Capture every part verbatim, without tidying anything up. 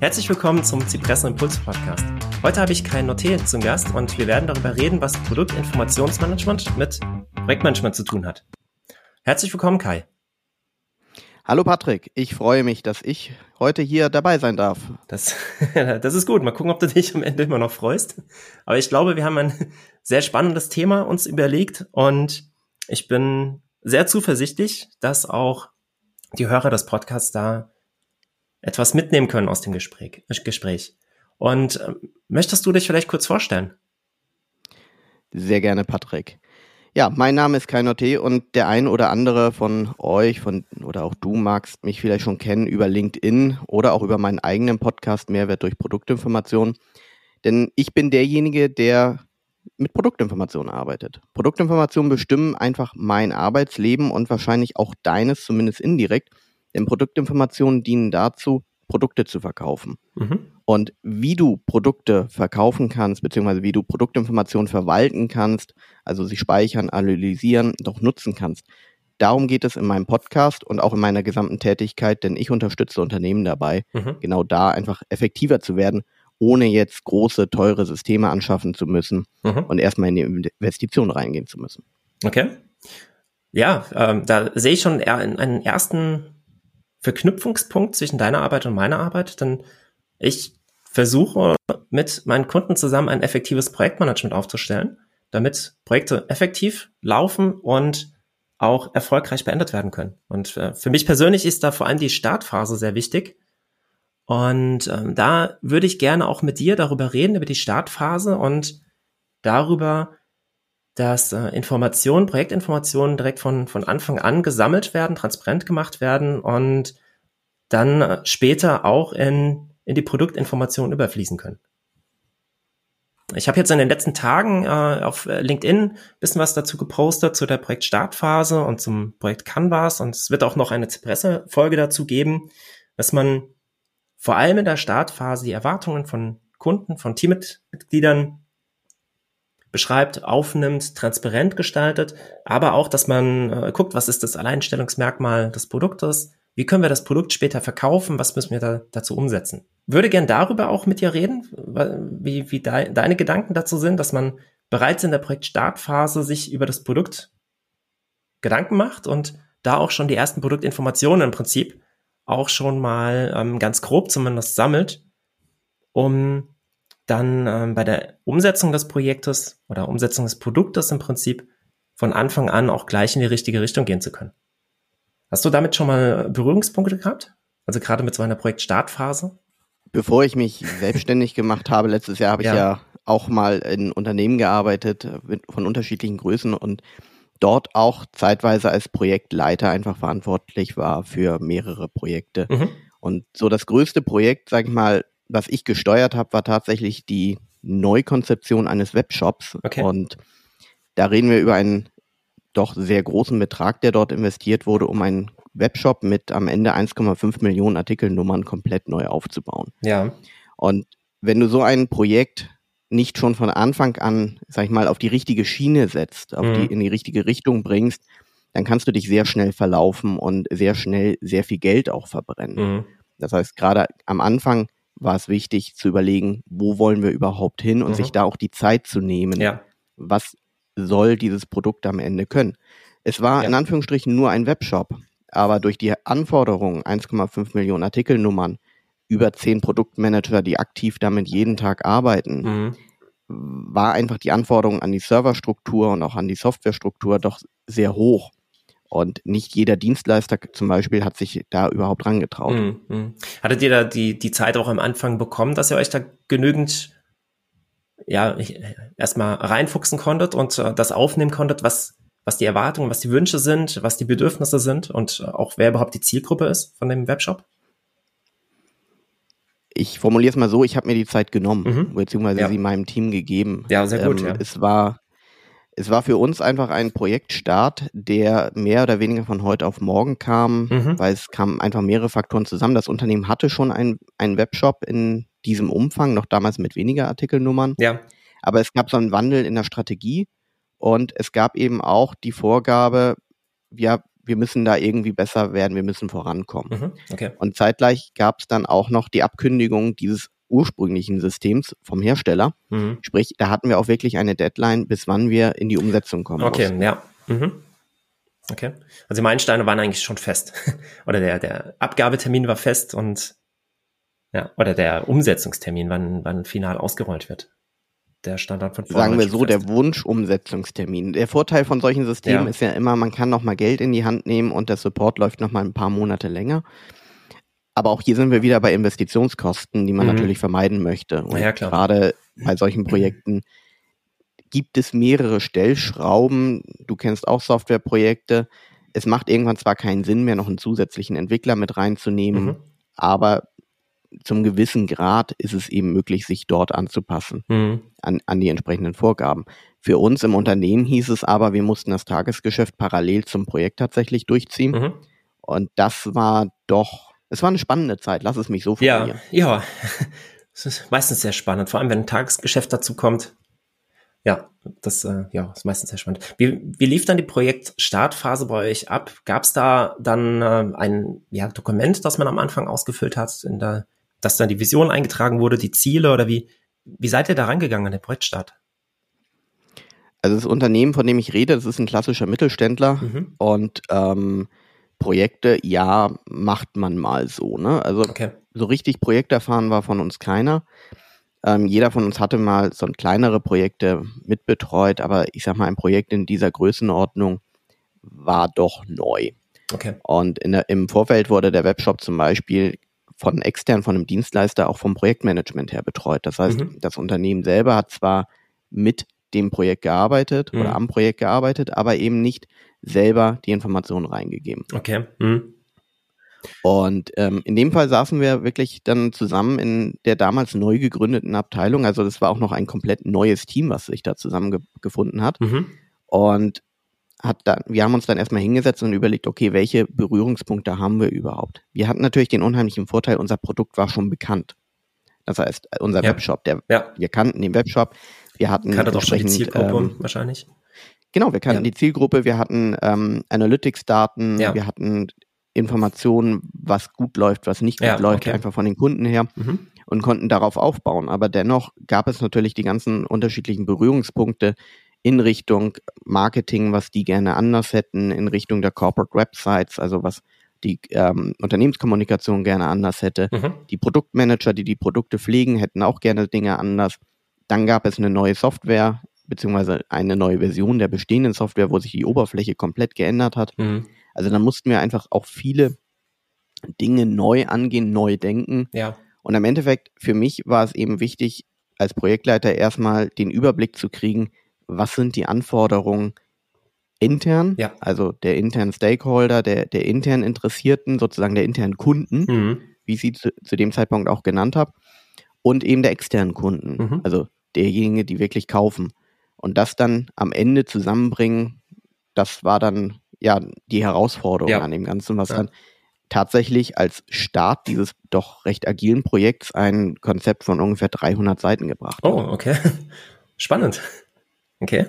Herzlich willkommen zum Cipresso Impuls Podcast. Heute habe ich Kai Norté zum Gast und wir werden darüber reden, was Produktinformationsmanagement mit Projektmanagement zu tun hat. Herzlich willkommen, Kai. Hallo Patrick, ich freue mich, dass ich heute hier dabei sein darf. Das, das ist gut. Mal gucken, ob du dich am Ende immer noch freust. Aber ich glaube, wir haben ein sehr spannendes Thema uns überlegt und ich bin sehr zuversichtlich, dass auch die Hörer des Podcasts da etwas mitnehmen können aus dem Gespräch. Gespräch. Und äh, möchtest du dich vielleicht kurz vorstellen? Sehr gerne, Patrick. Ja, mein Name ist Kai Norté und der ein oder andere von euch von oder auch du magst mich vielleicht schon kennen über LinkedIn oder auch über meinen eigenen Podcast Mehrwert durch Produktinformation. Denn ich bin derjenige, der mit Produktinformationen arbeitet. Produktinformationen bestimmen einfach mein Arbeitsleben und wahrscheinlich auch deines, zumindest indirekt. Denn Produktinformationen dienen dazu, Produkte zu verkaufen. Mhm. Und wie du Produkte verkaufen kannst, beziehungsweise wie du Produktinformationen verwalten kannst, also sie speichern, analysieren und auch nutzen kannst, darum geht es in meinem Podcast und auch in meiner gesamten Tätigkeit, denn ich unterstütze Unternehmen dabei, mhm. genau da einfach effektiver zu werden, ohne jetzt große, teure Systeme anschaffen zu müssen mhm. und erstmal in die Investition reingehen zu müssen. Okay. Ja, ähm, da sehe ich schon einen ersten Verknüpfungspunkt zwischen deiner Arbeit und meiner Arbeit, denn ich versuche mit meinen Kunden zusammen ein effektives Projektmanagement aufzustellen, damit Projekte effektiv laufen und auch erfolgreich beendet werden können. Und äh, für mich persönlich ist da vor allem die Startphase sehr wichtig. Und ähm, da würde ich gerne auch mit dir darüber reden, über die Startphase und darüber, dass äh, Informationen, Projektinformationen direkt von von Anfang an gesammelt werden, transparent gemacht werden und dann äh, später auch in in die Produktinformationen überfließen können. Ich habe jetzt in den letzten Tagen äh, auf LinkedIn ein bisschen was dazu gepostet zu der Projektstartphase und zum Projekt Canvas und es wird auch noch eine Cipresso-Folge dazu geben, dass man vor allem in der Startphase die Erwartungen von Kunden, von Teammitgliedern beschreibt, aufnimmt, transparent gestaltet, aber auch, dass man äh, guckt, was ist das Alleinstellungsmerkmal des Produktes, wie können wir das Produkt später verkaufen, was müssen wir da dazu umsetzen. Würde gern darüber auch mit dir reden, wie, wie de, deine Gedanken dazu sind, dass man bereits in der Projektstartphase sich über das Produkt Gedanken macht und da auch schon die ersten Produktinformationen im Prinzip auch schon mal ähm, ganz grob zumindest sammelt, um dann ähm, bei der Umsetzung des Projektes oder Umsetzung des Produktes im Prinzip von Anfang an auch gleich in die richtige Richtung gehen zu können. Hast du damit schon mal Berührungspunkte gehabt? Also gerade mit so einer Projektstartphase? Bevor ich mich selbstständig gemacht habe, letztes Jahr habe ich ja. ja auch mal in Unternehmen gearbeitet mit, von unterschiedlichen Größen und dort auch zeitweise als Projektleiter einfach verantwortlich war für mehrere Projekte. Mhm. Und so das größte Projekt, sag ich mal, was ich gesteuert habe, war tatsächlich die Neukonzeption eines Webshops. Okay. Und da reden wir über einen doch sehr großen Betrag, der dort investiert wurde, um einen Webshop mit am Ende eins Komma fünf Millionen Artikelnummern komplett neu aufzubauen. Ja. Und wenn du so ein Projekt nicht schon von Anfang an, sag ich mal, auf die richtige Schiene setzt, auf mhm. die, in die richtige Richtung bringst, dann kannst du dich sehr schnell verlaufen und sehr schnell sehr viel Geld auch verbrennen. Mhm. Das heißt, gerade am Anfang war es wichtig zu überlegen, wo wollen wir überhaupt hin und mhm. sich da auch die Zeit zu nehmen. Ja. Was soll dieses Produkt am Ende können? Es war ja. in Anführungsstrichen nur ein Webshop, aber durch die Anforderungen, eins Komma fünf Millionen Artikelnummern, über zehn Produktmanager, die aktiv damit jeden Tag arbeiten, mhm. war einfach die Anforderung an die Serverstruktur und auch an die Softwarestruktur doch sehr hoch. Und nicht jeder Dienstleister zum Beispiel hat sich da überhaupt rangetraut. Mhm. Hattet ihr da die, die Zeit auch am Anfang bekommen, dass ihr euch da genügend ja erstmal reinfuchsen konntet und äh, das aufnehmen konntet, was, was die Erwartungen, was die Wünsche sind, was die Bedürfnisse sind und auch wer überhaupt die Zielgruppe ist von dem Webshop? Ich formuliere es mal so, ich habe mir die Zeit genommen, mhm. beziehungsweise ja. sie meinem Team gegeben. Ja, sehr gut, ähm, ja. Es war Es war für uns einfach ein Projektstart, der mehr oder weniger von heute auf morgen kam, mhm. weil es kamen einfach mehrere Faktoren zusammen. Das Unternehmen hatte schon einen, einen Webshop in diesem Umfang, noch damals mit weniger Artikelnummern. Ja. Aber es gab so einen Wandel in der Strategie und es gab eben auch die Vorgabe, ja, wir müssen da irgendwie besser werden, wir müssen vorankommen. Mhm, okay. Und zeitgleich gab es dann auch noch die Abkündigung dieses ursprünglichen Systems vom Hersteller. Mhm. Sprich, da hatten wir auch wirklich eine Deadline, bis wann wir in die Umsetzung kommen Okay, mussten. ja. Mhm. Okay. Also die Meilensteine waren eigentlich schon fest. Oder der, der Abgabetermin war fest und ja, oder der Umsetzungstermin, wann, wann final ausgerollt wird. Der Standard von Sagen wir schon so, fest. der Wunschumsetzungstermin. Der Vorteil von solchen Systemen Ja. ist ja immer, man kann noch mal Geld in die Hand nehmen und der Support läuft noch mal ein paar Monate länger. Aber auch hier sind wir wieder bei Investitionskosten, die man Mhm. natürlich vermeiden möchte. Und Ja, klar. gerade bei solchen Projekten gibt es mehrere Stellschrauben. Du kennst auch Softwareprojekte. Es macht irgendwann zwar keinen Sinn mehr, noch einen zusätzlichen Entwickler mit reinzunehmen, Mhm. aber zum gewissen Grad ist es eben möglich, sich dort anzupassen Mhm. an, an die entsprechenden Vorgaben. Für uns im Unternehmen hieß es aber, wir mussten das Tagesgeschäft parallel zum Projekt tatsächlich durchziehen. Mhm. Und das war doch, es war eine spannende Zeit, lass es mich so Ja, formulieren. ja. Es ist meistens sehr spannend, vor allem wenn ein Tagesgeschäft dazu kommt. Ja, das äh, ja, ist meistens sehr spannend. Wie, wie lief dann die Projektstartphase bei euch ab? Gab es da dann äh, ein ja, Dokument, das man am Anfang ausgefüllt hat, in der, dass dann die Vision eingetragen wurde, die Ziele oder wie, wie seid ihr da rangegangen an den Projektstart? Also das Unternehmen, von dem ich rede, das ist ein klassischer Mittelständler Mhm. und ähm, Projekte, ja, macht man mal so, ne? Also Okay. so richtig Projekt erfahren war von uns keiner. Ähm, jeder von uns hatte mal so kleinere Projekte mitbetreut, aber ich sag mal, ein Projekt in dieser Größenordnung war doch neu. Okay. Und in der, im Vorfeld wurde der Webshop zum Beispiel von extern, von einem Dienstleister auch vom Projektmanagement her betreut. Das heißt, Mhm. das Unternehmen selber hat zwar mit dem Projekt gearbeitet Mhm. oder am Projekt gearbeitet, aber eben nicht selber die Informationen reingegeben. Okay. Mhm. Und ähm, in dem Fall saßen wir wirklich dann zusammen in der damals neu gegründeten Abteilung. Also das war auch noch ein komplett neues Team, was sich da zusammengefunden hat. Mhm. Und hat dann, wir haben uns dann erstmal hingesetzt und überlegt, okay, welche Berührungspunkte haben wir überhaupt? Wir hatten natürlich den unheimlichen Vorteil, unser Produkt war schon bekannt. Das heißt, unser Ja. Webshop, der, Ja. wir kannten den Webshop, wir hatten Kannte doch schon die entsprechend, Zielgruppe ähm, wahrscheinlich. Genau, wir kannten Ja. die Zielgruppe, wir hatten ähm, Analytics-Daten, Ja. wir hatten Informationen, was gut läuft, was nicht gut Ja, läuft, okay. einfach von den Kunden her Mhm. und konnten darauf aufbauen. Aber dennoch gab es natürlich die ganzen unterschiedlichen Berührungspunkte in Richtung Marketing, was die gerne anders hätten, in Richtung der Corporate Websites, also was die ähm, Unternehmenskommunikation gerne anders hätte. Mhm. Die Produktmanager, die die Produkte pflegen, hätten auch gerne Dinge anders. Dann gab es eine neue Software, beziehungsweise eine neue Version der bestehenden Software, wo sich die Oberfläche komplett geändert hat. Mhm. Also dann mussten wir einfach auch viele Dinge neu angehen, neu denken. Ja. Und im Endeffekt, für mich war es eben wichtig, als Projektleiter erstmal den Überblick zu kriegen, was sind die Anforderungen intern, Ja. also der internen Stakeholder, der, der intern Interessierten, sozusagen der internen Kunden, Mhm. wie ich sie zu, zu dem Zeitpunkt auch genannt habe, und eben der externen Kunden, Mhm. also derjenige, die wirklich kaufen. Und das dann am Ende zusammenbringen, das war dann ja die Herausforderung Ja. an dem Ganzen, was Ja. dann tatsächlich als Start dieses doch recht agilen Projekts ein Konzept von ungefähr dreihundert Seiten gebracht hat. Oh, okay. Spannend. Okay.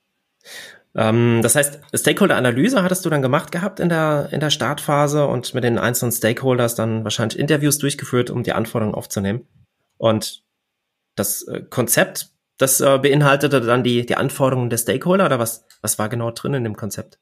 Ähm, das heißt, Stakeholder-Analyse hattest du dann gemacht gehabt in der, in der Startphase und mit den einzelnen Stakeholders dann wahrscheinlich Interviews durchgeführt, um die Anforderungen aufzunehmen. Und das äh, Konzept, das äh, beinhaltete dann die, die Anforderungen der Stakeholder oder was, was war genau drin in dem Konzept?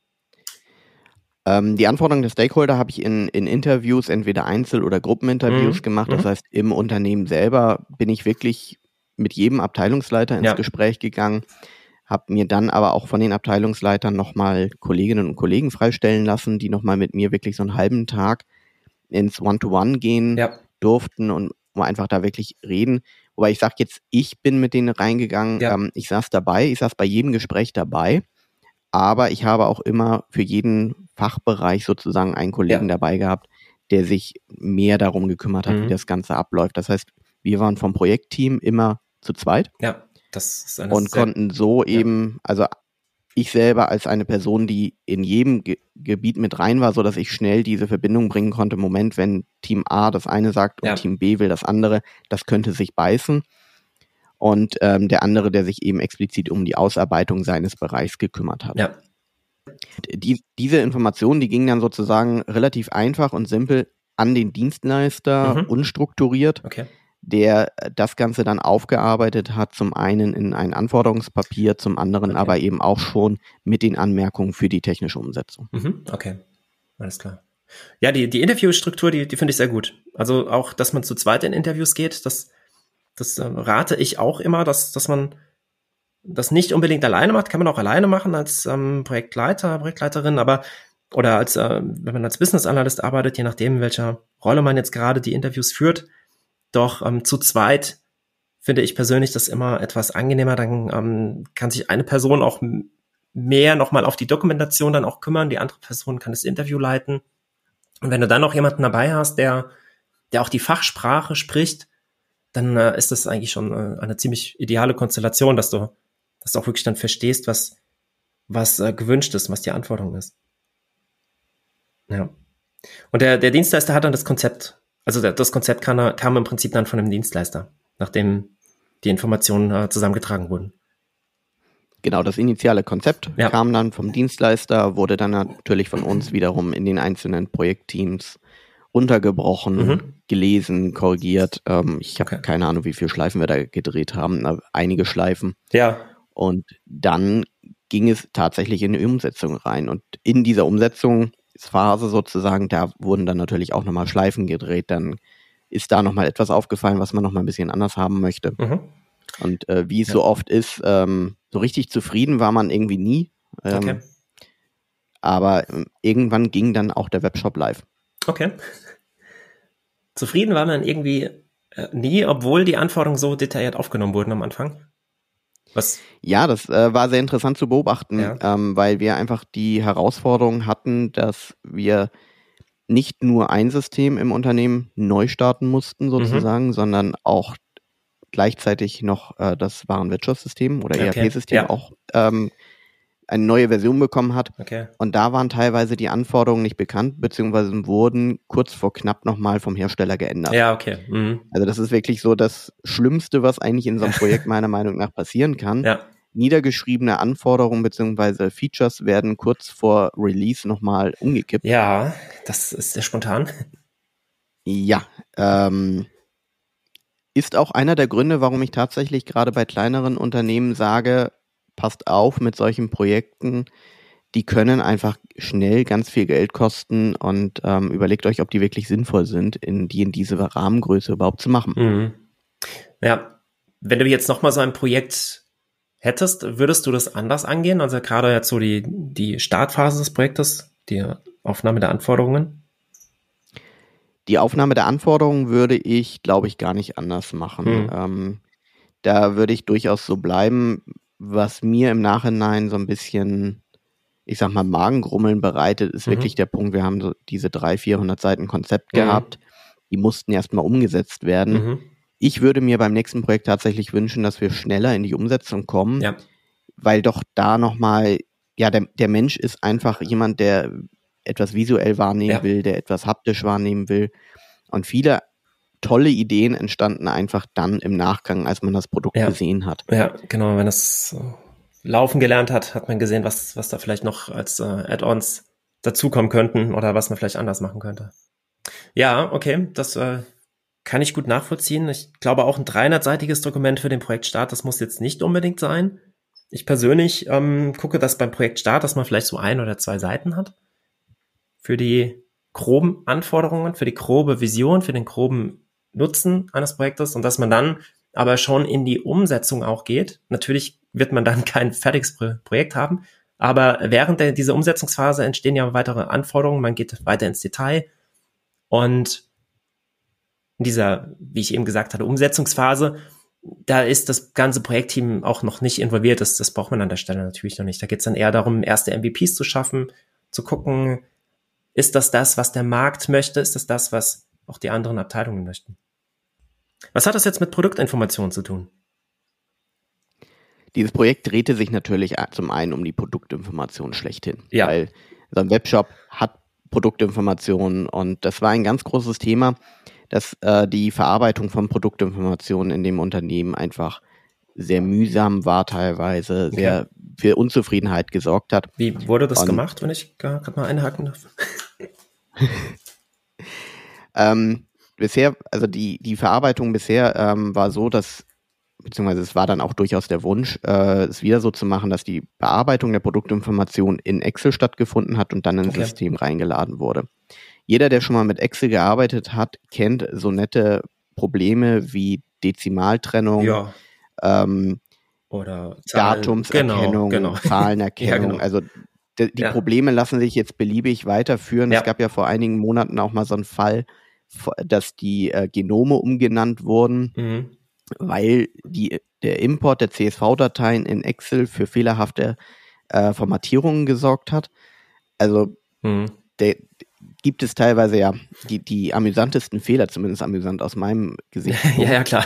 Ähm, die Anforderungen der Stakeholder habe ich in, in Interviews, entweder Einzel- oder Gruppeninterviews Mhm. gemacht. Das Mhm. heißt, im Unternehmen selber bin ich wirklich mit jedem Abteilungsleiter ins Ja. Gespräch gegangen, habe mir dann aber auch von den Abteilungsleitern nochmal Kolleginnen und Kollegen freistellen lassen, die nochmal mit mir wirklich so einen halben Tag ins One-to-One gehen Ja. durften und um einfach da wirklich reden. Wobei ich sage jetzt, ich bin mit denen reingegangen, Ja. ähm, ich saß dabei, ich saß bei jedem Gespräch dabei, aber ich habe auch immer für jeden Fachbereich sozusagen einen Kollegen Ja. dabei gehabt, der sich mehr darum gekümmert hat, Mhm. wie das Ganze abläuft. Das heißt, wir waren vom Projektteam immer zu zweit Ja, das ist eine und sehr, konnten so ja. eben, also ich selber als eine Person, die in jedem Ge- Gebiet mit rein war, so dass ich schnell diese Verbindung bringen konnte. Moment, wenn Team A das eine sagt und Ja. Team B will das andere, das könnte sich beißen. Und ähm, der andere, der sich eben explizit um die Ausarbeitung seines Bereichs gekümmert hat. Ja. Die, diese Informationen, die gingen dann sozusagen relativ einfach und simpel an den Dienstleister, Mhm. unstrukturiert, Okay. der das Ganze dann aufgearbeitet hat, zum einen in ein Anforderungspapier, zum anderen Okay. aber eben auch schon mit den Anmerkungen für die technische Umsetzung. Mhm. Okay, alles klar. Ja, die, die Interviewstruktur, die, die finde ich sehr gut. Also auch, dass man zu zweit in Interviews geht, das, das äh, rate ich auch immer, dass, dass man das nicht unbedingt alleine macht, kann man auch alleine machen als ähm, Projektleiter, Projektleiterin, aber oder als äh, wenn man als Business Analyst arbeitet, je nachdem, in welcher Rolle man jetzt gerade die Interviews führt. Doch ähm, zu zweit finde ich persönlich das immer etwas angenehmer. Dann ähm, kann sich eine Person auch m- mehr nochmal auf die Dokumentation dann auch kümmern. Die andere Person kann das Interview leiten. Und wenn du dann noch jemanden dabei hast, der, der auch die Fachsprache spricht, dann äh, ist das eigentlich schon äh, eine ziemlich ideale Konstellation, dass du, dass du auch wirklich dann verstehst, was, was äh, gewünscht ist, was die Anforderung ist. Ja. Und der, der Dienstleister hat dann das Konzept, also der, das Konzept kam, kam im Prinzip dann von dem Dienstleister, nachdem die Informationen äh, zusammengetragen wurden. Genau, das initiale Konzept Ja. kam dann vom Dienstleister, wurde dann natürlich von uns wiederum in den einzelnen Projektteams runtergebrochen, Mhm. gelesen, korrigiert. Ähm, ich habe Okay. keine Ahnung, wie viele Schleifen wir da gedreht haben, aber einige Schleifen. Ja. Und dann ging es tatsächlich in die Umsetzung rein. Und in dieser Umsetzungsphase sozusagen, da wurden dann natürlich auch nochmal Schleifen gedreht. Dann ist da nochmal etwas aufgefallen, was man nochmal ein bisschen anders haben möchte. Mhm. Und äh, wie es Ja. so oft ist, ähm, so richtig zufrieden war man irgendwie nie. Ähm, Okay. Aber ähm, irgendwann ging dann auch der Webshop live. Okay. Zufrieden war man irgendwie äh, nie, obwohl die Anforderungen so detailliert aufgenommen wurden am Anfang. Was? Ja, das äh, war sehr interessant zu beobachten, Ja. ähm, weil wir einfach die Herausforderung hatten, dass wir nicht nur ein System im Unternehmen neu starten mussten sozusagen, sondern auch gleichzeitig noch äh, das Warenwirtschaftssystem oder E R Okay. P-System Ja. auch ähm, eine neue Version bekommen hat. Okay. Und da waren teilweise die Anforderungen nicht bekannt, beziehungsweise wurden kurz vor knapp nochmal vom Hersteller geändert. Ja, okay. Mhm. Also das ist wirklich so das Schlimmste, was eigentlich in so einem Projekt meiner Meinung nach passieren kann. Ja. Niedergeschriebene Anforderungen beziehungsweise Features werden kurz vor Release nochmal umgekippt. Ja, das ist sehr spontan. Ja, ähm, ist auch einer der Gründe, warum ich tatsächlich gerade bei kleineren Unternehmen sage, passt auf mit solchen Projekten, die können einfach schnell ganz viel Geld kosten und ähm, überlegt euch, ob die wirklich sinnvoll sind, in die in diese Rahmengröße überhaupt zu machen. Mhm. Ja, wenn du jetzt nochmal so ein Projekt hättest, würdest du das anders angehen? Also gerade jetzt so die, die Startphase des Projektes, die Aufnahme der Anforderungen? Die Aufnahme der Anforderungen würde ich, glaube ich, gar nicht anders machen. Hm. Ähm, da würde ich durchaus so bleiben, was mir im Nachhinein so ein bisschen, ich sag mal, Magengrummeln bereitet, ist Mhm. wirklich der Punkt, wir haben so diese dreihundert, vierhundert Seiten Konzept Mhm. gehabt, die mussten erstmal umgesetzt werden. Mhm. Ich würde mir beim nächsten Projekt tatsächlich wünschen, dass wir schneller in die Umsetzung kommen, Ja. weil doch da nochmal, ja, der, der Mensch ist einfach jemand, der etwas visuell wahrnehmen Ja. will, der etwas haptisch wahrnehmen will. Und viele tolle Ideen entstanden einfach dann im Nachgang, als man das Produkt Ja. gesehen hat. Ja, genau. Wenn es äh, laufen gelernt hat, hat man gesehen, was, was da vielleicht noch als äh, Add-ons dazukommen könnten oder was man vielleicht anders machen könnte. Ja, okay, das äh, kann ich gut nachvollziehen. Ich glaube auch ein dreihundertseitiges Dokument für den Projektstart, das muss jetzt nicht unbedingt sein. Ich persönlich ähm, gucke, dass beim Projektstart, dass man vielleicht so ein oder zwei Seiten hat für die groben Anforderungen, für die grobe Vision, für den groben Nutzen eines Projektes und dass man dann aber schon in die Umsetzung auch geht. Natürlich wird man dann kein fertiges Pro- Projekt haben, aber während der, dieser Umsetzungsphase entstehen ja weitere Anforderungen, man geht weiter ins Detail und in dieser, wie ich eben gesagt hatte, Umsetzungsphase, da ist das ganze Projektteam auch noch nicht involviert. Das, das braucht man an der Stelle natürlich noch nicht. Da geht es dann eher darum, erste M V Ps zu schaffen, zu gucken, ist das das, was der Markt möchte? Ist das das, was auch die anderen Abteilungen möchten? Was hat das jetzt mit Produktinformationen zu tun? Dieses Projekt drehte sich natürlich zum einen um die Produktinformation schlechthin, Ja. weil so ein Webshop hat Produktinformationen und das war ein ganz großes Thema, dass äh, die Verarbeitung von Produktinformationen in dem Unternehmen einfach sehr mühsam war teilweise, sehr für Unzufriedenheit gesorgt hat. Wie wurde das Und, gemacht, wenn ich gerade mal einhaken darf? ähm, bisher, also die, die Verarbeitung bisher ähm, war so, dass, beziehungsweise es war dann auch durchaus der Wunsch, äh, es wieder so zu machen, dass die Bearbeitung der Produktinformation in Excel stattgefunden hat und dann ins Okay. System reingeladen wurde. Jeder, der schon mal mit Excel gearbeitet hat, kennt so nette Probleme wie Dezimaltrennung, Ja. ähm, Oder Zahlen. Datumserkennung, Genau, genau. Zahlenerkennung. Ja, genau. Also die, die Ja. Probleme lassen sich jetzt beliebig weiterführen. Ja. Es gab ja vor einigen Monaten auch mal so einen Fall, dass die äh, Genome umgenannt wurden, Mhm. weil die, der Import der C S V-Dateien in Excel für fehlerhafte äh, Formatierungen gesorgt hat. Also Mhm. der, gibt es teilweise ja die, die amüsantesten Fehler, zumindest amüsant aus meinem Gesichtspunkt. Ja, ja, klar.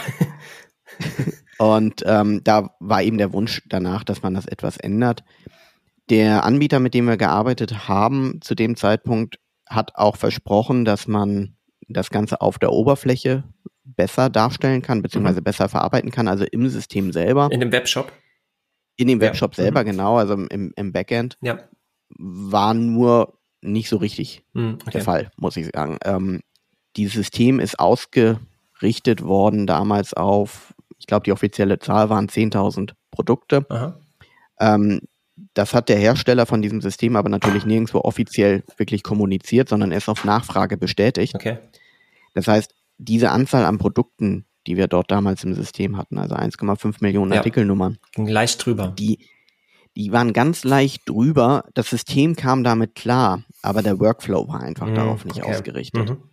Und ähm, da war eben der Wunsch danach, dass man das etwas ändert. Der Anbieter, mit dem wir gearbeitet haben, zu dem Zeitpunkt hat auch versprochen, dass man das Ganze auf der Oberfläche besser darstellen kann, beziehungsweise Mhm. besser verarbeiten kann, also im System selber. In dem Webshop? In dem Webshop Ja. selber, Mhm. genau, also im, im Backend. Ja. War nur nicht so richtig Mhm. Okay. der Fall, muss ich sagen. Ähm, dieses System ist ausgerichtet worden damals auf, ich glaube, die offizielle Zahl waren zehntausend Produkte. Aha. Ähm, das hat der Hersteller von diesem System aber natürlich nirgendwo offiziell wirklich kommuniziert, sondern erst auf Nachfrage bestätigt. Okay. Das heißt, diese Anzahl an Produkten, die wir dort damals im System hatten, also eins Komma fünf Millionen Ja. Artikelnummern, Ging leicht drüber. die, die waren ganz leicht drüber. Das System kam damit klar, aber der Workflow war einfach Mhm. darauf nicht Okay. ausgerichtet. Mhm.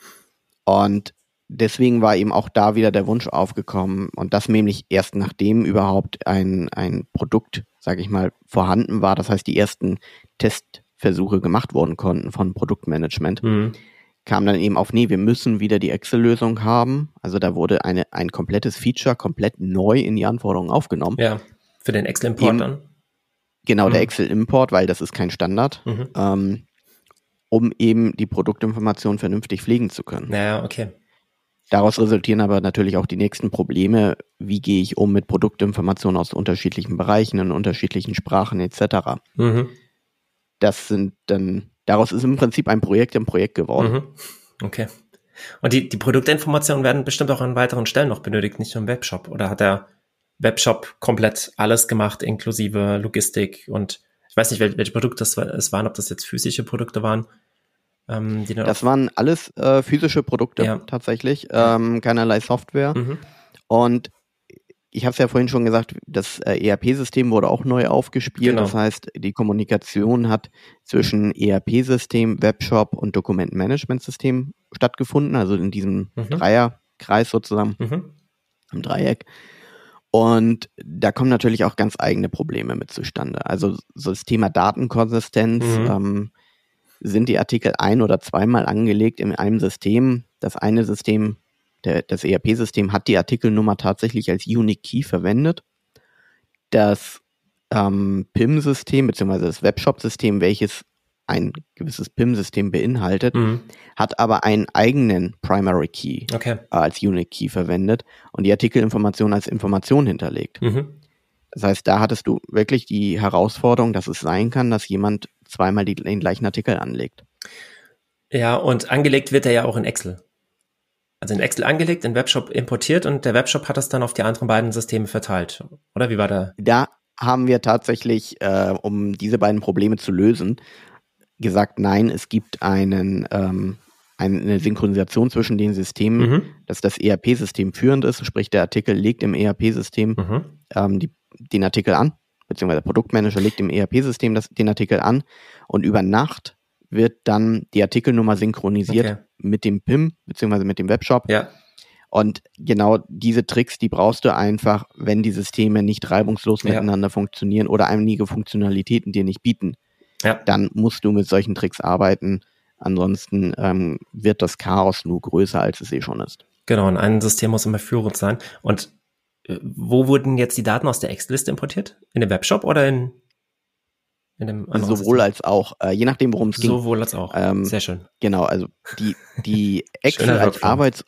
Und deswegen war eben auch da wieder der Wunsch aufgekommen und das nämlich erst nachdem überhaupt ein, ein Produkt, sage ich mal, vorhanden war. Das heißt, die ersten Testversuche gemacht worden konnten von Produktmanagement, Mhm. kam dann eben auf, nee, wir müssen wieder die Excel-Lösung haben. Also da wurde eine, ein komplettes Feature komplett neu in die Anforderungen aufgenommen. Ja, für den Excel-Import Eben- dann. Genau, der Mhm. Excel-Import, weil das ist kein Standard, Mhm. ähm, um eben die Produktinformation vernünftig pflegen zu können. Naja, okay. Daraus resultieren aber natürlich auch die nächsten Probleme. Wie gehe ich um mit Produktinformationen aus unterschiedlichen Bereichen, in unterschiedlichen Sprachen et cetera. Mhm. Das sind dann, daraus ist im Prinzip ein Projekt im Projekt geworden. Mhm. Okay. Und die, die Produktinformationen werden bestimmt auch an weiteren Stellen noch benötigt, nicht nur im Webshop. Oder hat der Webshop komplett alles gemacht, inklusive Logistik und ich weiß nicht, wel- welche Produkte es wa- es waren, ob das jetzt physische Produkte waren, ähm, die dann Das waren alles äh, physische Produkte Ja. tatsächlich, Ja. ähm, keinerlei Software. Mhm. Und ich habe es ja vorhin schon gesagt, das äh, E R P-System wurde auch neu aufgespielt. Genau. Das heißt, die Kommunikation hat zwischen E R P-System, Webshop und Dokumentenmanagementsystem stattgefunden, also in diesem Mhm. Dreierkreis sozusagen, Mhm. im Dreieck. Und da kommen natürlich auch ganz eigene Probleme mit zustande. Also so das Thema Datenkonsistenz, Mhm. ähm, sind die Artikel ein- oder zweimal angelegt in einem System. Das eine System, der, das E R P-System, hat die Artikelnummer tatsächlich als Unique Key verwendet. Das ähm, P I M-System bzw. das Webshop-System, welches ein gewisses P I M-System beinhaltet, Mhm. hat aber einen eigenen Primary Key Okay. äh, als Unique Key verwendet und die Artikelinformation als Information hinterlegt. Mhm. Das heißt, da hattest du wirklich die Herausforderung, dass es sein kann, dass jemand zweimal die, den gleichen Artikel anlegt. Ja, und angelegt wird er ja auch in Excel. Also in Excel angelegt, in Webshop importiert und der Webshop hat das dann auf die anderen beiden Systeme verteilt. Oder wie war da? Da haben wir tatsächlich, äh, um diese beiden Probleme zu lösen, gesagt, nein, es gibt einen, ähm, eine Synchronisation zwischen den Systemen, Mhm. dass das E R P-System führend ist, sprich der Artikel legt im E R P-System Mhm. ähm, die, den Artikel an, beziehungsweise der Produktmanager legt im E R P-System das, den Artikel an und über Nacht wird dann die Artikelnummer synchronisiert Okay. mit dem P I M, beziehungsweise mit dem Webshop. Ja. Und genau diese Tricks, die brauchst du einfach, wenn die Systeme nicht reibungslos Ja. miteinander funktionieren oder einige Funktionalitäten dir nicht bieten. Ja. Dann musst du mit solchen Tricks arbeiten. Ansonsten ähm, wird das Chaos nur größer, als es eh schon ist. Genau, und ein System muss immer führend sein. Und äh, wo wurden jetzt die Daten aus der Excel-Liste importiert? In dem Webshop oder in, in dem anderen Sowohl System? als auch, äh, je nachdem, worum es ging. Sowohl als auch. Ähm, Sehr schön. Genau, also die, die Excel Schöner als Workflow. Arbeits...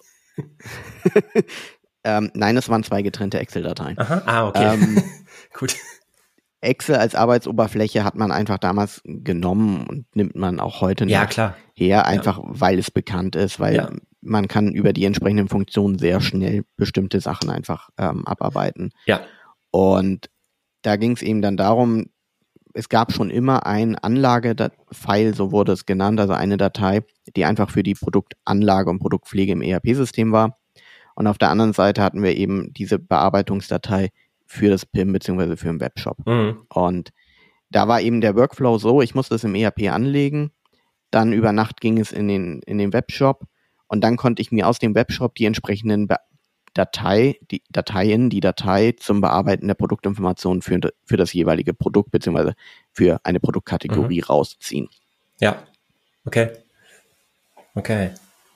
ähm, nein, es waren zwei getrennte Excel-Dateien. Aha, ah, okay. Ähm, Gut. Excel als Arbeitsoberfläche hat man einfach damals genommen und nimmt man auch heute noch Ja, klar. her, einfach ja. weil es bekannt ist, weil ja. man kann über die entsprechenden Funktionen sehr schnell bestimmte Sachen einfach ähm, abarbeiten. Ja. Und da ging es eben dann darum, es gab schon immer ein Anlage-File, so wurde es genannt, also eine Datei, die einfach für die Produktanlage und Produktpflege im E R P-System war. Und auf der anderen Seite hatten wir eben diese Bearbeitungsdatei für das P I M beziehungsweise für den Webshop. Mhm. Und da war eben der Workflow so, ich musste es im E R P anlegen, dann über Nacht ging es in den, in den Webshop und dann konnte ich mir aus dem Webshop die entsprechenden Be- Datei, die Dateien, die Datei zum Bearbeiten der Produktinformationen für, für das jeweilige Produkt beziehungsweise für eine Produktkategorie mhm. rausziehen. Ja, okay. Okay.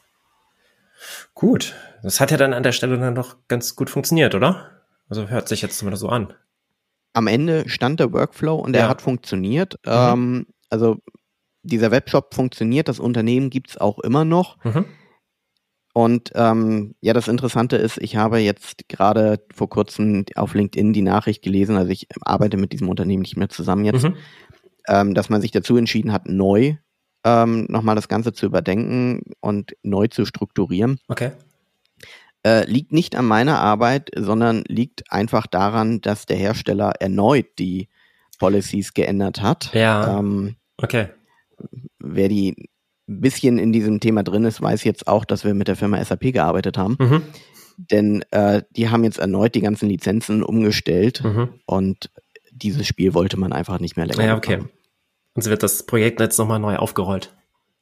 Gut, das hat ja dann an der Stelle dann doch ganz gut funktioniert, oder? Also hört sich jetzt zumindest so an. Am Ende stand der Workflow und der ja. hat funktioniert. Mhm. Ähm, also dieser Webshop funktioniert, das Unternehmen gibt es auch immer noch. Mhm. Und ähm, ja, das Interessante ist, ich habe jetzt gerade vor kurzem auf LinkedIn die Nachricht gelesen, also ich arbeite mit diesem Unternehmen nicht mehr zusammen jetzt, mhm. ähm, dass man sich dazu entschieden hat, neu ähm, nochmal das Ganze zu überdenken und neu zu strukturieren. Okay. Äh, liegt nicht an meiner Arbeit, sondern liegt einfach daran, dass der Hersteller erneut die Policies geändert hat. Ja, ähm, okay. Wer die ein bisschen in diesem Thema drin ist, weiß jetzt auch, dass wir mit der Firma S A P gearbeitet haben. Mhm. Denn äh, die haben jetzt erneut die ganzen Lizenzen umgestellt mhm. und dieses Spiel wollte man einfach nicht mehr länger Ja, okay. Machen. Und so wird das Projekt jetzt nochmal neu aufgerollt.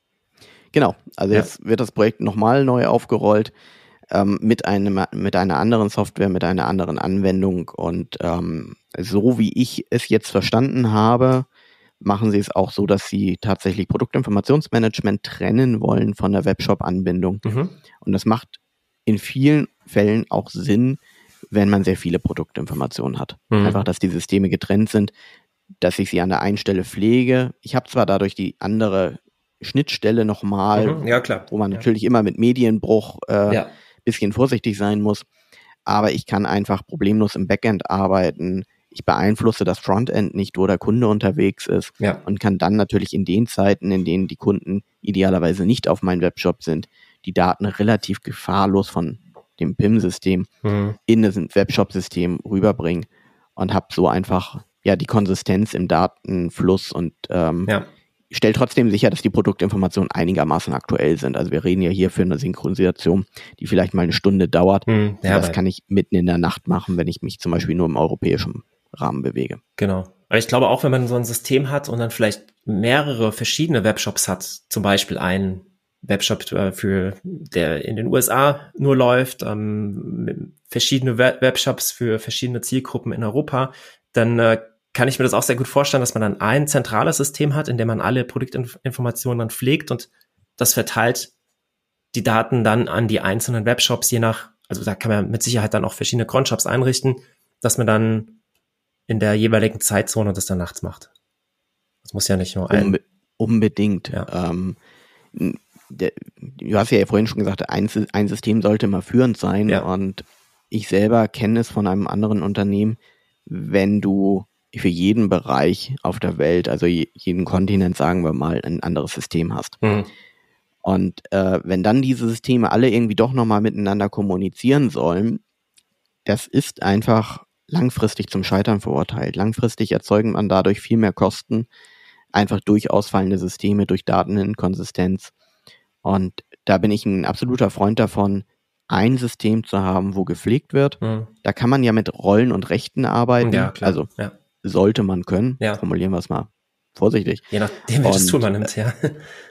Genau, also ja. jetzt wird das Projekt nochmal neu aufgerollt. Ähm, mit einem mit einer anderen Software, mit einer anderen Anwendung und ähm, so wie ich es jetzt verstanden habe, machen sie es auch so, dass sie tatsächlich Produktinformationsmanagement trennen wollen von der Webshop-Anbindung. Mhm. Und das macht in vielen Fällen auch Sinn, wenn man sehr viele Produktinformationen hat. Mhm. Einfach, dass die Systeme getrennt sind, dass ich sie an der einen Stelle pflege. Ich habe zwar dadurch die andere Schnittstelle nochmal, mhm. ja, klar. wo man ja. natürlich immer mit Medienbruch äh, ja. bisschen vorsichtig sein muss, aber ich kann einfach problemlos im Backend arbeiten. Ich beeinflusse das Frontend nicht, wo der Kunde unterwegs ist ja. und kann dann natürlich in den Zeiten, in denen die Kunden idealerweise nicht auf meinem Webshop sind, die Daten relativ gefahrlos von dem P I M-System mhm. in das Webshop-System rüberbringen und habe so einfach ja die Konsistenz im Datenfluss und ähm, ja. stellt trotzdem sicher, dass die Produktinformationen einigermaßen aktuell sind. Also wir reden ja hier für eine Synchronisation, die vielleicht mal eine Stunde dauert. Hm, ja, das kann ich mitten in der Nacht machen, wenn ich mich zum Beispiel nur im europäischen Rahmen bewege. Genau. Aber ich glaube auch, wenn man so ein System hat und dann vielleicht mehrere verschiedene Webshops hat, zum Beispiel einen Webshop für, der in den U S A nur läuft, ähm, verschiedene Webshops für verschiedene Zielgruppen in Europa, dann äh, kann ich mir das auch sehr gut vorstellen, dass man dann ein zentrales System hat, in dem man alle Produktinformationen dann pflegt und das verteilt die Daten dann an die einzelnen Webshops, je nach, also da kann man mit Sicherheit dann auch verschiedene Cron-Shops einrichten, dass man dann in der jeweiligen Zeitzone das dann nachts macht. Das muss ja nicht nur ein... Unbe- unbedingt. Ja. Ähm, der, du hast ja vorhin schon gesagt, ein, ein System sollte immer führend sein ja. und ich selber kenne es von einem anderen Unternehmen, wenn du für jeden Bereich auf der Welt, also jeden Kontinent, sagen wir mal, ein anderes System hast. Mhm. Und äh, wenn dann diese Systeme alle irgendwie doch nochmal miteinander kommunizieren sollen, das ist einfach langfristig zum Scheitern verurteilt. Langfristig erzeugt man dadurch viel mehr Kosten, einfach durch ausfallende Systeme, durch Dateninkonsistenz. Und da bin ich ein absoluter Freund davon, ein System zu haben, wo gepflegt wird. Mhm. Da kann man ja mit Rollen und Rechten arbeiten. Ja, klar. Also ja. sollte man können. Ja. Formulieren wir es mal vorsichtig. Je nachdem, welches Tool man nimmt, ja.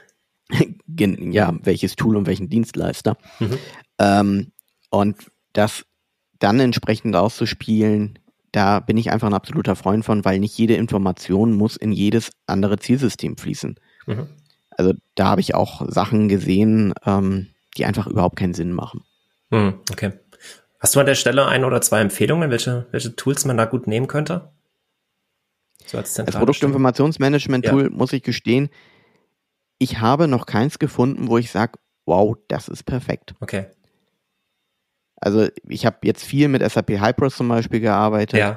Ja, welches Tool und welchen Dienstleister. Mhm. Ähm, und das dann entsprechend auszuspielen, da bin ich einfach ein absoluter Freund von, weil nicht jede Information muss in jedes andere Zielsystem fließen. Mhm. Also da habe ich auch Sachen gesehen, ähm, die einfach überhaupt keinen Sinn machen. Mhm, okay. Hast du an der Stelle ein oder zwei Empfehlungen, welche, welche Tools man da gut nehmen könnte? So als als Produktinformationsmanagement-Tool ja. muss ich gestehen, ich habe noch keins gefunden, wo ich sage, wow, das ist perfekt. Okay. Also ich habe jetzt viel mit S A P Hybris zum Beispiel gearbeitet. Ja.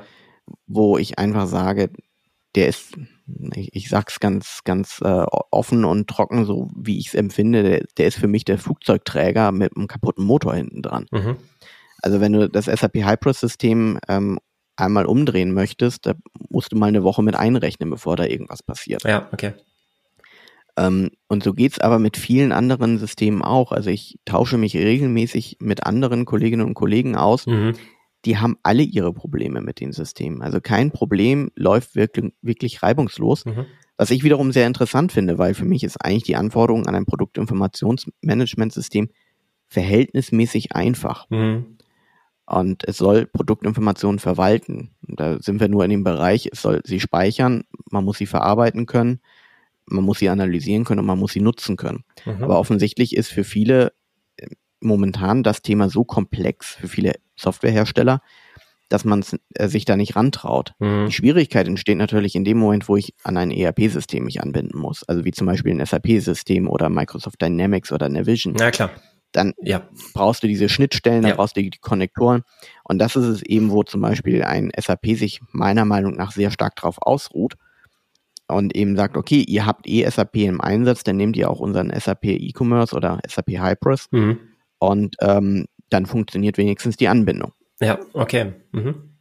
wo ich einfach sage, der ist, ich, ich sag's ganz, ganz äh, offen und trocken, so wie ich es empfinde, der, der ist für mich der Flugzeugträger mit einem kaputten Motor hinten dran. Mhm. Also wenn du das S A P Hypros-System ähm, einmal umdrehen möchtest, da musst du mal eine Woche mit einrechnen, bevor da irgendwas passiert. Ja, okay. Ähm, und so geht's aber mit vielen anderen Systemen auch. Also ich tausche mich regelmäßig mit anderen Kolleginnen und Kollegen aus. Mhm. Die haben alle ihre Probleme mit den Systemen. Also kein Problem läuft wirklich, wirklich reibungslos. Mhm. Was ich wiederum sehr interessant finde, weil für mich ist eigentlich die Anforderung an ein Produktinformationsmanagementsystem verhältnismäßig einfach. Mhm. Und es soll Produktinformationen verwalten. Und da sind wir nur in dem Bereich, es soll sie speichern, man muss sie verarbeiten können, man muss sie analysieren können und man muss sie nutzen können. Mhm. Aber offensichtlich ist für viele momentan das Thema so komplex, für viele Softwarehersteller, dass man äh, sich da nicht rantraut. Mhm. Die Schwierigkeit entsteht natürlich in dem Moment, wo ich an ein E R P-System mich anbinden muss. Also wie zum Beispiel ein S A P-System oder Microsoft Dynamics oder Navision. Na klar. Dann ja. brauchst du diese Schnittstellen, dann ja. brauchst du die Konnektoren. Und das ist es eben, wo zum Beispiel ein S A P sich meiner Meinung nach sehr stark drauf ausruht und eben sagt, okay, ihr habt eh S A P im Einsatz, dann nehmt ihr auch unseren S A P E-Commerce oder S A P Hypros mhm. und ähm, dann funktioniert wenigstens die Anbindung. Ja, okay. Mhm.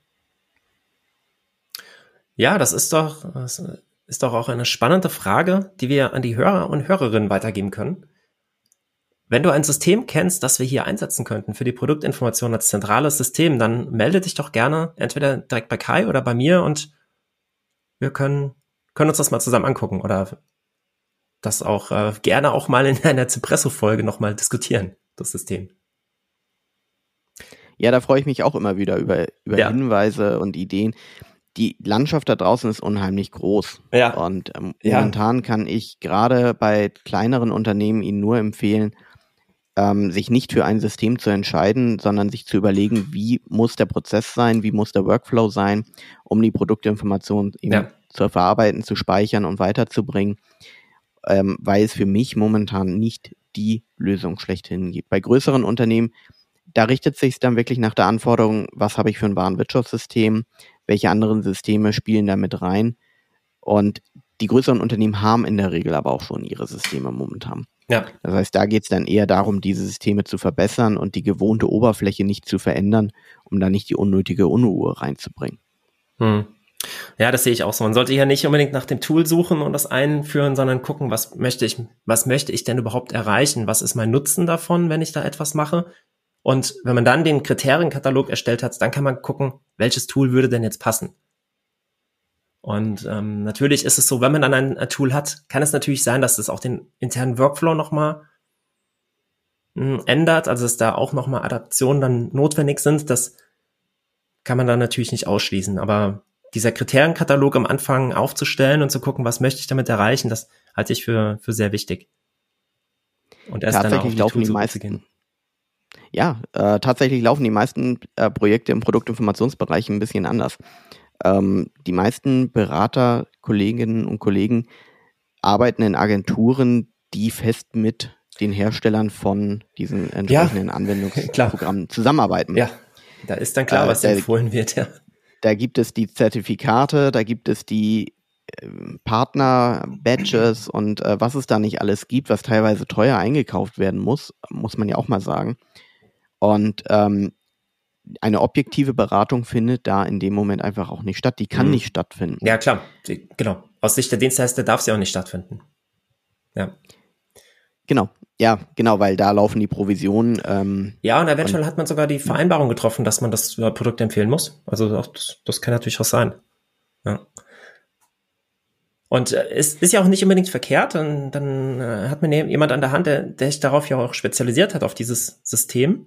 Ja, das ist doch, das ist doch auch eine spannende Frage, die wir an die Hörer und Hörerinnen weitergeben können. Wenn du ein System kennst, das wir hier einsetzen könnten für die Produktinformation als zentrales System, dann melde dich doch gerne entweder direkt bei Kai oder bei mir und wir können, können uns das mal zusammen angucken oder das auch äh, gerne auch mal in einer Zipresso-Folge nochmal diskutieren, das System. Ja, da freue ich mich auch immer wieder über, über ja. Hinweise und Ideen. Die Landschaft da draußen ist unheimlich groß. Ja. Und ähm, momentan ja. kann ich gerade bei kleineren Unternehmen Ihnen nur empfehlen, ähm, sich nicht für ein System zu entscheiden, sondern sich zu überlegen, wie muss der Prozess sein, wie muss der Workflow sein, um die Produktinformation eben ja. zu verarbeiten, zu speichern und weiterzubringen, ähm, weil es für mich momentan nicht die Lösung schlechthin gibt. Bei größeren Unternehmen, da richtet sich es dann wirklich nach der Anforderung, was habe ich für ein Warenwirtschaftssystem, welche anderen Systeme spielen da mit rein. Und die größeren Unternehmen haben in der Regel aber auch schon ihre Systeme momentan. Ja. Das heißt, da geht es dann eher darum, diese Systeme zu verbessern und die gewohnte Oberfläche nicht zu verändern, um da nicht die unnötige Unruhe reinzubringen. Hm. Ja, das sehe ich auch so. Man sollte ja nicht unbedingt nach dem Tool suchen und das einführen, sondern gucken, was möchte ich, was möchte ich denn überhaupt erreichen? Was ist mein Nutzen davon, wenn ich da etwas mache? Und wenn man dann den Kriterienkatalog erstellt hat, dann kann man gucken, welches Tool würde denn jetzt passen. Und ähm, natürlich ist es so, wenn man dann ein, ein Tool hat, kann es natürlich sein, dass es auch den internen Workflow nochmal mh, ändert, also dass da auch nochmal Adaptionen dann notwendig sind. Das kann man dann natürlich nicht ausschließen. Aber dieser Kriterienkatalog am Anfang aufzustellen und zu gucken, was möchte ich damit erreichen, das halte ich für für sehr wichtig. Und erst dann auch die laufen die meisten. Zu gehen. Ja, äh, tatsächlich laufen die meisten äh, Projekte im Produktinformationsbereich ein bisschen anders. Ähm, die meisten Berater, Kolleginnen und Kollegen arbeiten in Agenturen, die fest mit den Herstellern von diesen entsprechenden ja, Anwendungsprogrammen zusammenarbeiten. Ja, da ist dann klar, äh, was da empfohlen wird. Ja. Da gibt es die Zertifikate, da gibt es die äh, Partner-Badges und äh, was es da nicht alles gibt, was teilweise teuer eingekauft werden muss, muss man ja auch mal sagen. Und ähm, eine objektive Beratung findet da in dem Moment einfach auch nicht statt. Die kann mhm. nicht stattfinden. Ja, klar. Die, genau. Aus Sicht der Dienstleister darf sie auch nicht stattfinden. Ja. Genau. Ja, genau, weil da laufen die Provisionen. Ähm, ja, und eventuell und, hat man sogar die Vereinbarung getroffen, dass man das äh, Produkt empfehlen muss. Also auch das, das kann natürlich auch sein. Ja. Und äh, es ist ja auch nicht unbedingt verkehrt. Und dann äh, hat man jemand an der Hand, der, der sich darauf ja auch spezialisiert hat, auf dieses System.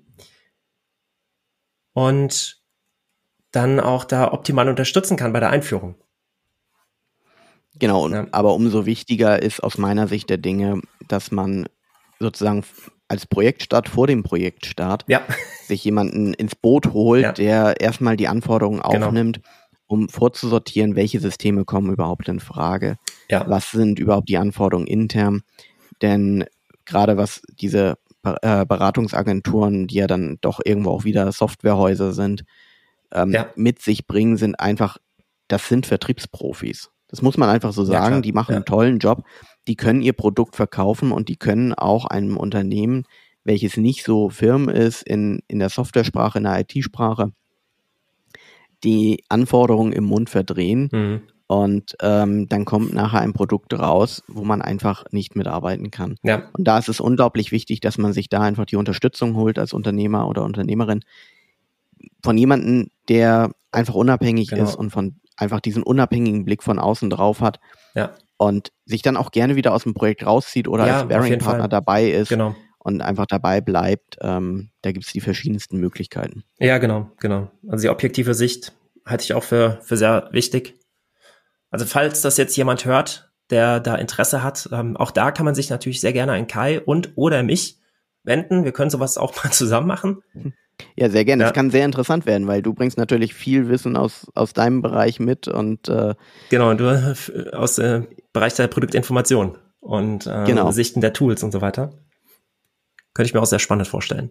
Und dann auch da optimal unterstützen kann bei der Einführung. Genau, und, ja. aber umso wichtiger ist aus meiner Sicht der Dinge, dass man sozusagen als Projektstart vor dem Projektstart ja. sich jemanden ins Boot holt, ja. der erstmal die Anforderungen aufnimmt, genau. um vorzusortieren, welche Systeme kommen überhaupt in Frage, ja. was sind überhaupt die Anforderungen intern, denn gerade was diese Beratungsagenturen, die ja dann doch irgendwo auch wieder Softwarehäuser sind, ähm, ja. mit sich bringen, sind einfach das sind Vertriebsprofis. Das muss man einfach so sagen. Ja, die machen ja. einen tollen Job. Die können ihr Produkt verkaufen und die können auch einem Unternehmen, welches nicht so firm ist in, in der Softwaresprache, in der I T-Sprache, die Anforderungen im Mund verdrehen. Mhm. Und ähm, dann kommt nachher ein Produkt raus, wo man einfach nicht mitarbeiten kann. Ja. Und da ist es unglaublich wichtig, dass man sich da einfach die Unterstützung holt als Unternehmer oder Unternehmerin von jemandem, der einfach unabhängig Genau. ist und von einfach diesen unabhängigen Blick von außen drauf hat. Ja. Und sich dann auch gerne wieder aus dem Projekt rauszieht oder Ja, als Sparring-Partner dabei ist. Genau. Und einfach dabei bleibt. Ähm, da gibt es die verschiedensten Möglichkeiten. Ja, genau, genau. Also die objektive Sicht halte ich auch für, für sehr wichtig. Also falls das jetzt jemand hört, der da Interesse hat, ähm, auch da kann man sich natürlich sehr gerne an Kai und oder mich wenden. Wir können sowas auch mal zusammen machen. Ja, sehr gerne. Ja. Das kann sehr interessant werden, weil du bringst natürlich viel Wissen aus, aus deinem Bereich mit und äh, genau, und du äh, aus dem äh, Bereich der Produktinformation und äh, genau. Sichten der Tools und so weiter. Könnte ich mir auch sehr spannend vorstellen.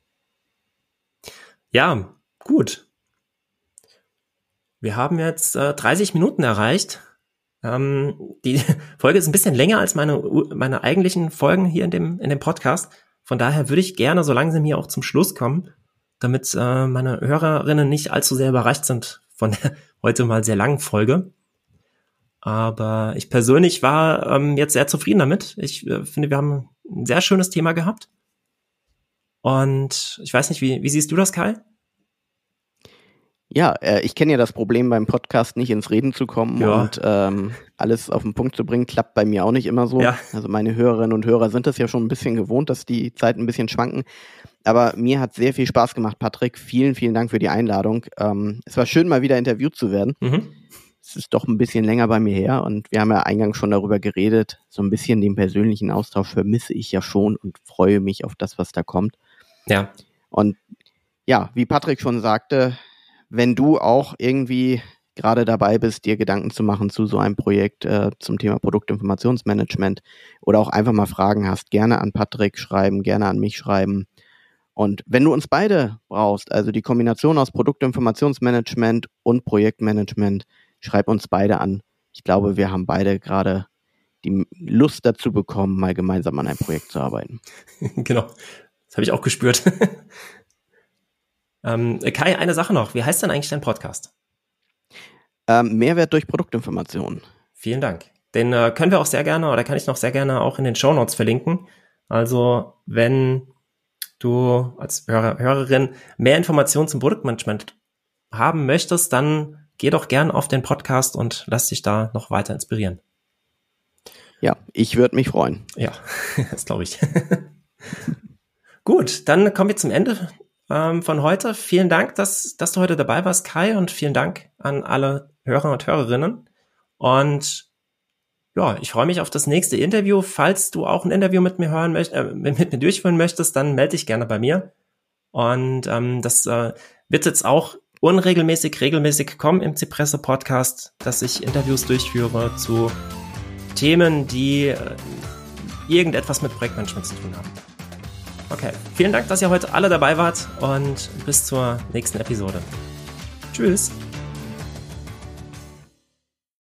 Ja, gut. Wir haben jetzt äh, dreißig Minuten erreicht. Ähm, die Folge ist ein bisschen länger als meine, meine eigentlichen Folgen hier in dem, in dem Podcast. Von daher würde ich gerne so langsam hier auch zum Schluss kommen, damit äh, meine Hörerinnen nicht allzu sehr überrascht sind von der heute mal sehr langen Folge. Aber ich persönlich war ähm, jetzt sehr zufrieden damit. Ich äh, finde, wir haben ein sehr schönes Thema gehabt. Und ich weiß nicht, wie, wie siehst du das, Kai? Ja, äh, ich kenne ja das Problem beim Podcast, nicht ins Reden zu kommen Ja. und ähm, alles auf den Punkt zu bringen, klappt bei mir auch nicht immer so. Ja. Also meine Hörerinnen und Hörer sind das ja schon ein bisschen gewohnt, dass die Zeiten ein bisschen schwanken. Aber mir hat sehr viel Spaß gemacht, Patrick. Vielen, vielen Dank für die Einladung. Ähm, es war schön, mal wieder interviewt zu werden. Mhm. Es ist doch ein bisschen länger bei mir her und wir haben ja eingangs schon darüber geredet. So ein bisschen den persönlichen Austausch vermisse ich ja schon und freue mich auf das, was da kommt. Ja. Und ja, wie Patrick schon sagte, wenn du auch irgendwie gerade dabei bist, dir Gedanken zu machen zu so einem Projekt äh, zum Thema Produktinformationsmanagement oder auch einfach mal Fragen hast, gerne an Patrick schreiben, gerne an mich schreiben. Und wenn du uns beide brauchst, also die Kombination aus Produktinformationsmanagement und Projektmanagement, schreib uns beide an. Ich glaube, wir haben beide gerade die Lust dazu bekommen, mal gemeinsam an einem Projekt zu arbeiten. Genau, das habe ich auch gespürt. ähm, Kai, eine Sache noch. Wie heißt denn eigentlich dein Podcast? Ähm, Mehrwert durch Produktinformation. Vielen Dank. Den äh, können wir auch sehr gerne, oder kann ich noch sehr gerne auch in den Shownotes verlinken. Also wenn du als Hörer, Hörerin mehr Informationen zum Produktmanagement haben möchtest, dann geh doch gern auf den Podcast und lass dich da noch weiter inspirieren. Ja, ich würde mich freuen. Ja, das glaube ich. Gut, dann kommen wir zum Ende ähm, von heute. Vielen Dank, dass, dass du heute dabei warst, Kai, und vielen Dank an alle Hörer und Hörerinnen. Und ja, ich freue mich auf das nächste Interview. Falls du auch ein Interview mit mir hören möchtest, äh, mit, mit mir durchführen möchtest, dann melde dich gerne bei mir. Und ähm, das äh, wird jetzt auch unregelmäßig, regelmäßig kommen im Cipresse-Podcast, dass ich Interviews durchführe zu Themen, die äh, irgendetwas mit Projektmanagement zu tun haben. Okay, vielen Dank, dass ihr heute alle dabei wart und bis zur nächsten Episode. Tschüss!